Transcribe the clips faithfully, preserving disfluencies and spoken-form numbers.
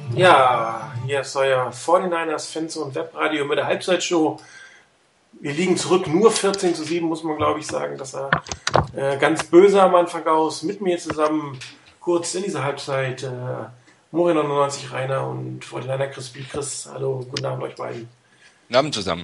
Ja, hier ist euer forty-niners Fans und Webradio mit der Halbzeitshow. Wir liegen zurück, nur vierzehn zu sieben, muss man glaube ich sagen. Das sah äh, ganz böse am Anfang aus. Mit mir zusammen kurz in dieser Halbzeit äh, Mori neunundneunzig, Rainer und forty-niner Chris B. Chris, hallo, guten Abend euch beiden. Guten Abend zusammen.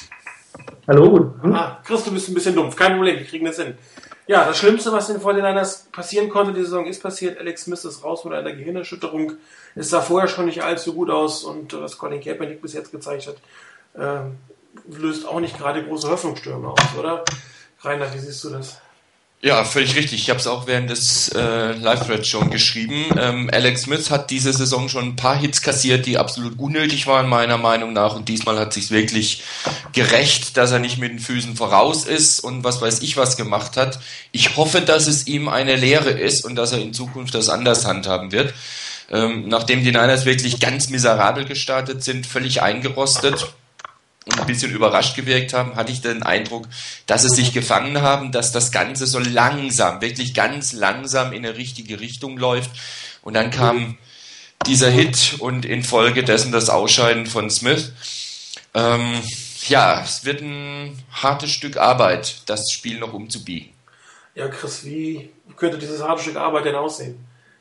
Hallo, gut. Hm? Ah, Chris, du bist ein bisschen dumpf, kein Problem, wir kriegen das hin. Ja, das Schlimmste, was den forty-niners passieren konnte, die Saison ist passiert. Alex Smith ist raus mit einer Gehirnerschütterung. Es sah vorher schon nicht allzu gut aus und was Colin Kaepernick bis jetzt gezeigt hat, äh, löst auch nicht gerade große Hoffnungsstürme aus, oder? Rainer, wie siehst du das? Ja, völlig richtig. Ich habe es auch während des äh, Live-Threads schon geschrieben. Ähm, Alex Smith hat diese Saison schon ein paar Hits kassiert, die absolut unnötig waren, meiner Meinung nach. Und diesmal hat sich's wirklich gerecht, dass er nicht mit den Füßen voraus ist und was weiß ich was gemacht hat. Ich hoffe, dass es ihm eine Lehre ist und dass er in Zukunft das anders handhaben wird. Ähm, nachdem die Niners wirklich ganz miserabel gestartet sind, völlig eingerostet und ein bisschen überrascht gewirkt haben, hatte ich den Eindruck, dass sie sich gefangen haben, dass das Ganze so langsam, wirklich ganz langsam in eine richtige Richtung läuft. Und dann kam dieser Hit und infolgedessen das Ausscheiden von Smith. Ähm, ja, es wird ein hartes Stück Arbeit, das Spiel noch umzubiegen. Ja, Chris, wie könnte dieses harte Stück Arbeit denn aussehen?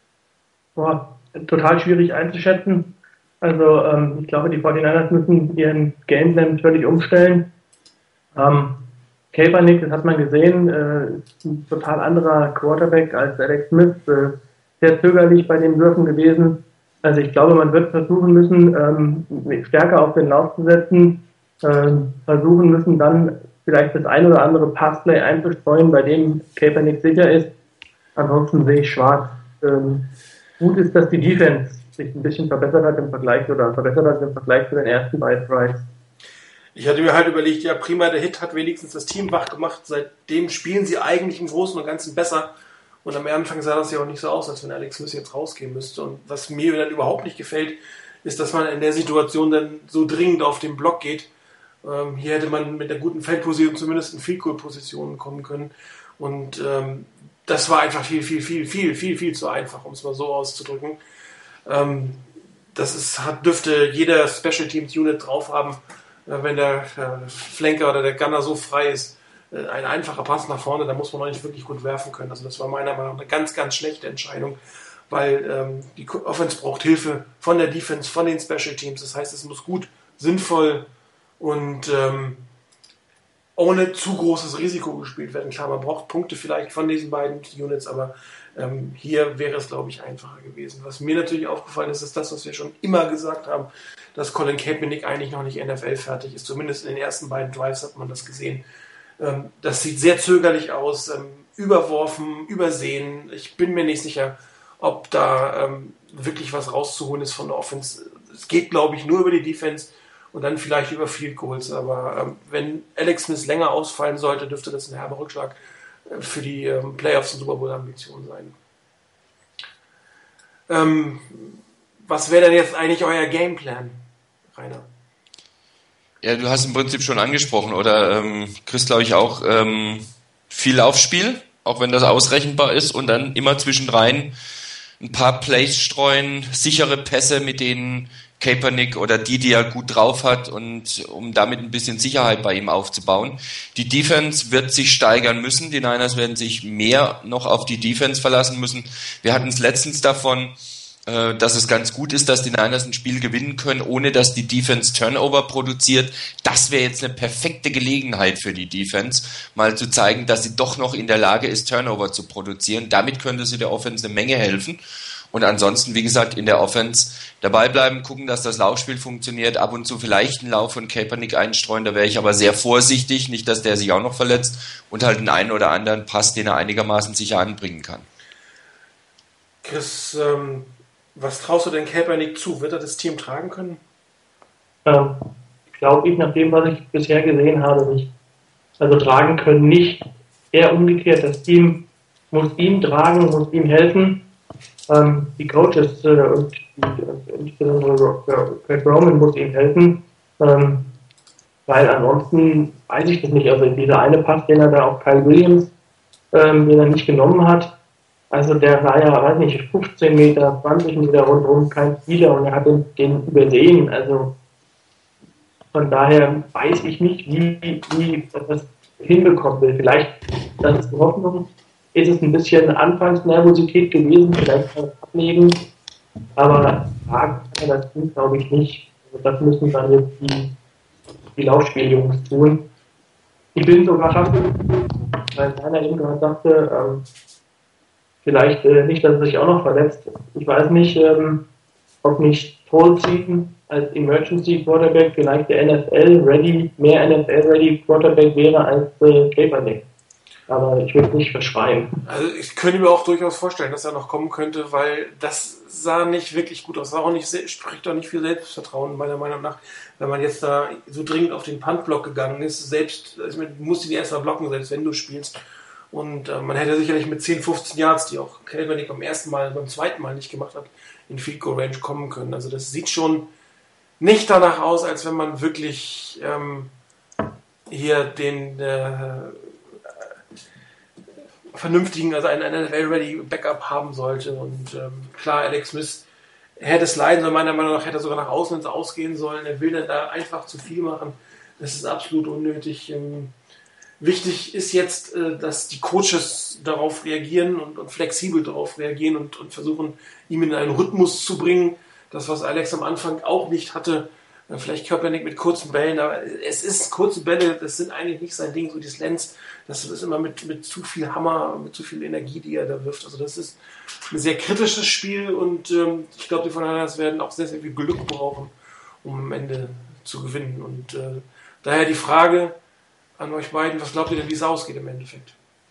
Boah, total schwierig einzuschätzen. Also ähm, ich glaube, die forty-niners müssen ihren Gameplan völlig umstellen. Ähm, Kaepernick, das hat man gesehen, äh, ist ein total anderer Quarterback als Alex Smith, äh, sehr zögerlich bei den Würfen gewesen. Also ich glaube, man wird versuchen müssen, ähm, stärker auf den Lauf zu setzen, äh, versuchen müssen dann vielleicht das ein oder andere Passplay einzustreuen, bei dem Kaepernick sicher ist. Ansonsten sehe ich schwarz. Ähm, gut ist, dass die Defense sich ein bisschen verbessert hat im Vergleich oder verbessert hat im Vergleich zu den ersten beiden Drives. Ich hatte mir halt überlegt, ja prima, der Hit hat wenigstens das Team wach gemacht. Seitdem spielen sie eigentlich im Großen und Ganzen besser. Und am Anfang sah das ja auch nicht so aus, als wenn Alex Smith jetzt rausgehen müsste. Und was mir dann überhaupt nicht gefällt, ist, dass man in der Situation dann so dringend auf den Block geht. Ähm, hier hätte man mit der guten Feldposition zumindest in Field-Goal-Positionen kommen können. Und ähm, das war einfach viel, viel, viel, viel, viel, viel zu einfach, um es mal so auszudrücken. Ähm, das ist, hat, dürfte jeder Special Teams Unit drauf haben, äh, wenn der äh, Flanker oder der Gunner so frei ist. Äh, ein einfacher Pass nach vorne, da muss man noch nicht wirklich gut werfen können. Also das war meiner Meinung nach eine ganz, ganz schlechte Entscheidung, weil ähm, die Offense braucht Hilfe von der Defense, von den Special Teams. Das heißt, es muss gut, sinnvoll und ähm, ohne zu großes Risiko gespielt werden. Klar, man braucht Punkte vielleicht von diesen beiden Units, aber ähm, hier wäre es, glaube ich, einfacher gewesen. Was mir natürlich aufgefallen ist, ist das, was wir schon immer gesagt haben, dass Colin Kaepernick eigentlich noch nicht N F L-fertig ist. Zumindest in den ersten beiden Drives hat man das gesehen. Ähm, das sieht sehr zögerlich aus, ähm, überworfen, übersehen. Ich bin mir nicht sicher, ob da ähm, wirklich was rauszuholen ist von der Offense. Es geht, glaube ich, nur über die Defense und dann vielleicht über Field Goals. Aber ähm, wenn Alex Smith länger ausfallen sollte, dürfte das ein herber Rückschlag äh, für die ähm, Playoffs und Super Bowl-Ambitionen sein. Ähm, was wäre denn jetzt eigentlich euer Gameplan, Rainer? Ja, du hast im Prinzip schon angesprochen, oder ähm, Chris, glaube ich auch, ähm, viel Laufspiel, auch wenn das ausrechenbar ist, und dann immer zwischendrin ein paar Plays streuen, sichere Pässe, mit denen Kaepernick oder die, die er gut drauf hat, und um damit ein bisschen Sicherheit bei ihm aufzubauen. Die Defense wird sich steigern müssen. Die Niners werden sich mehr noch auf die Defense verlassen müssen. Wir hatten es letztens davon, äh, dass es ganz gut ist, dass die Niners ein Spiel gewinnen können, ohne dass die Defense Turnover produziert. Das wäre jetzt eine perfekte Gelegenheit für die Defense, mal zu zeigen, dass sie doch noch in der Lage ist, Turnover zu produzieren. Damit könnte sie der Offense eine Menge helfen. Und ansonsten, wie gesagt, in der Offense dabei bleiben, gucken, dass das Laufspiel funktioniert, ab und zu vielleicht einen Lauf von Kaepernick einstreuen, da wäre ich aber sehr vorsichtig, nicht, dass der sich auch noch verletzt, und halt einen einen oder anderen Pass, den er einigermaßen sicher anbringen kann. Chris, ähm, was traust du denn Kaepernick zu? Wird er das Team tragen können? Ähm, Glaube ich, nach dem, was ich bisher gesehen habe, nicht. Also tragen können nicht. Eher umgekehrt, das Team muss ihn tragen, muss ihm helfen. Ähm, die Coaches äh, und die, insbesondere Greg Roman muss ihm helfen, ähm, weil ansonsten weiß ich das nicht. Also dieser eine Pass, den er da auf Kyle Williams, ähm, den er nicht genommen hat, Also der war ja, weiß nicht, fünfzehn Meter, zwanzig Meter rundherum kein Spieler und er hat den, den übersehen. Also von daher weiß ich nicht, wie, wie das hinbekommen will. Vielleicht, das ist die Hoffnung, ist es ein bisschen Anfangsnervosität gewesen, vielleicht kann es ablegen, aber fragen kann er das tun, glaube ich nicht. Also das müssen dann jetzt die, die Laufspieljungs tun. Ich bin so überrascht, weil einer eben gerade sagte, ähm, vielleicht äh, nicht, dass er sich auch noch verletzt. Ich weiß nicht, ähm, ob nicht Tolzien als Emergency Quarterback vielleicht der N F L-ready, mehr N F L-ready Quarterback wäre als äh, Kaepernick. Aber ich würde es nicht verschreien. Also ich könnte mir auch durchaus vorstellen, dass er noch kommen könnte, weil das sah nicht wirklich gut aus. Sah auch nicht, spricht auch nicht viel Selbstvertrauen, meiner Meinung nach, wenn man jetzt da so dringend auf den Puntblock gegangen ist. Selbst, also du musst ihn erst mal blocken, selbst wenn du spielst. Und äh, man hätte sicherlich mit zehn, fünfzehn Yards, die auch Kaepernick beim ersten Mal, beim zweiten Mal nicht gemacht hat, in Field Goal Range kommen können. Also das sieht schon nicht danach aus, als wenn man wirklich ähm, hier den äh, vernünftigen, also einen N F L-ready Backup haben sollte. Und ähm, klar, Alex Smith hätte es leiden sollen, meiner Meinung nach hätte er sogar nach außen ins Ausgehen sollen. Er will dann da einfach zu viel machen. Das ist absolut unnötig. Ähm, wichtig ist jetzt, äh, dass die Coaches darauf reagieren und, und flexibel darauf reagieren und, und versuchen, ihm in einen Rhythmus zu bringen. Das, was Alex am Anfang auch nicht hatte. Äh, vielleicht Kaepernick mit kurzen Bällen, aber es ist kurze Bälle, das sind eigentlich nicht sein Ding, so die Slants. Das ist immer mit, mit zu viel Hammer, mit zu viel Energie, die er da wirft. Also das ist ein sehr kritisches Spiel und ähm, ich glaube, die Fortinanders werden auch sehr, sehr viel Glück brauchen, um am Ende zu gewinnen. Und äh, daher die Frage an euch beiden, was glaubt ihr denn, wie es ausgeht im Endeffekt?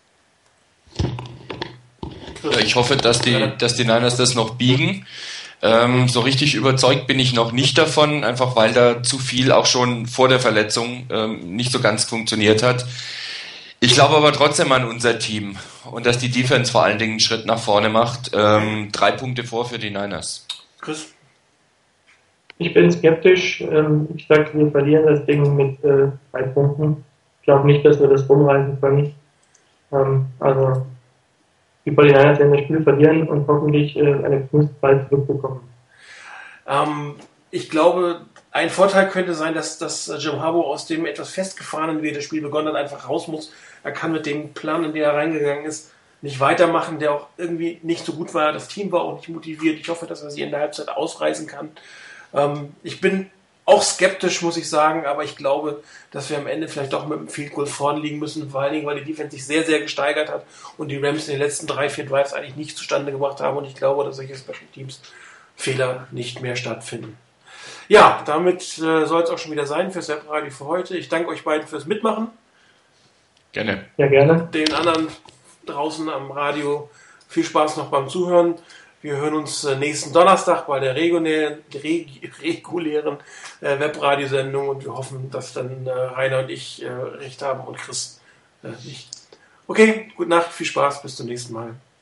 Ja, ich hoffe, dass die, dass die Niners das noch biegen. Ähm, so richtig überzeugt bin ich noch nicht davon, einfach weil da zu viel auch schon vor der Verletzung ähm, nicht so ganz funktioniert hat. Ich glaube aber trotzdem an unser Team und dass die Defense vor allen Dingen einen Schritt nach vorne macht. Ähm, drei Punkte vor für die Niners. Chris? Ich bin skeptisch. Ähm, ich sage, wir verlieren das Ding mit äh, drei Punkten. Ich glaube nicht, dass wir das rumreißen können. Ähm, also die Fortinanders werden das Spiel verlieren und hoffentlich äh, eine Kunstpreis zurückbekommen. Ähm, ich glaube, ein Vorteil könnte sein, dass, dass Jim Harbaugh aus dem etwas festgefahrenen, wie das Spiel begonnen hat, einfach raus muss. Er kann mit dem Plan, in den er reingegangen ist, nicht weitermachen, der auch irgendwie nicht so gut war. Das Team war auch nicht motiviert. Ich hoffe, dass er sie in der Halbzeit ausreißen kann. Ähm, ich bin auch skeptisch, muss ich sagen, aber ich glaube, dass wir am Ende vielleicht doch mit dem Field Goal vorn liegen müssen, vor allen Dingen, weil die Defense sich sehr, sehr gesteigert hat und die Rams in den letzten drei, vier Drives eigentlich nicht zustande gebracht haben und ich glaube, dass solche Special Teams Fehler nicht mehr stattfinden. Ja, damit äh, soll es auch schon wieder sein fürs Webradio für heute. Ich danke euch beiden fürs Mitmachen. Gerne. Ja, gerne. Den anderen draußen am Radio viel Spaß noch beim Zuhören. Wir hören uns nächsten Donnerstag bei der regulären, regulären äh, Webradiosendung und wir hoffen, dass dann äh, Rainer und ich äh, recht haben und Chris äh, nicht. Okay, gute Nacht, viel Spaß, bis zum nächsten Mal.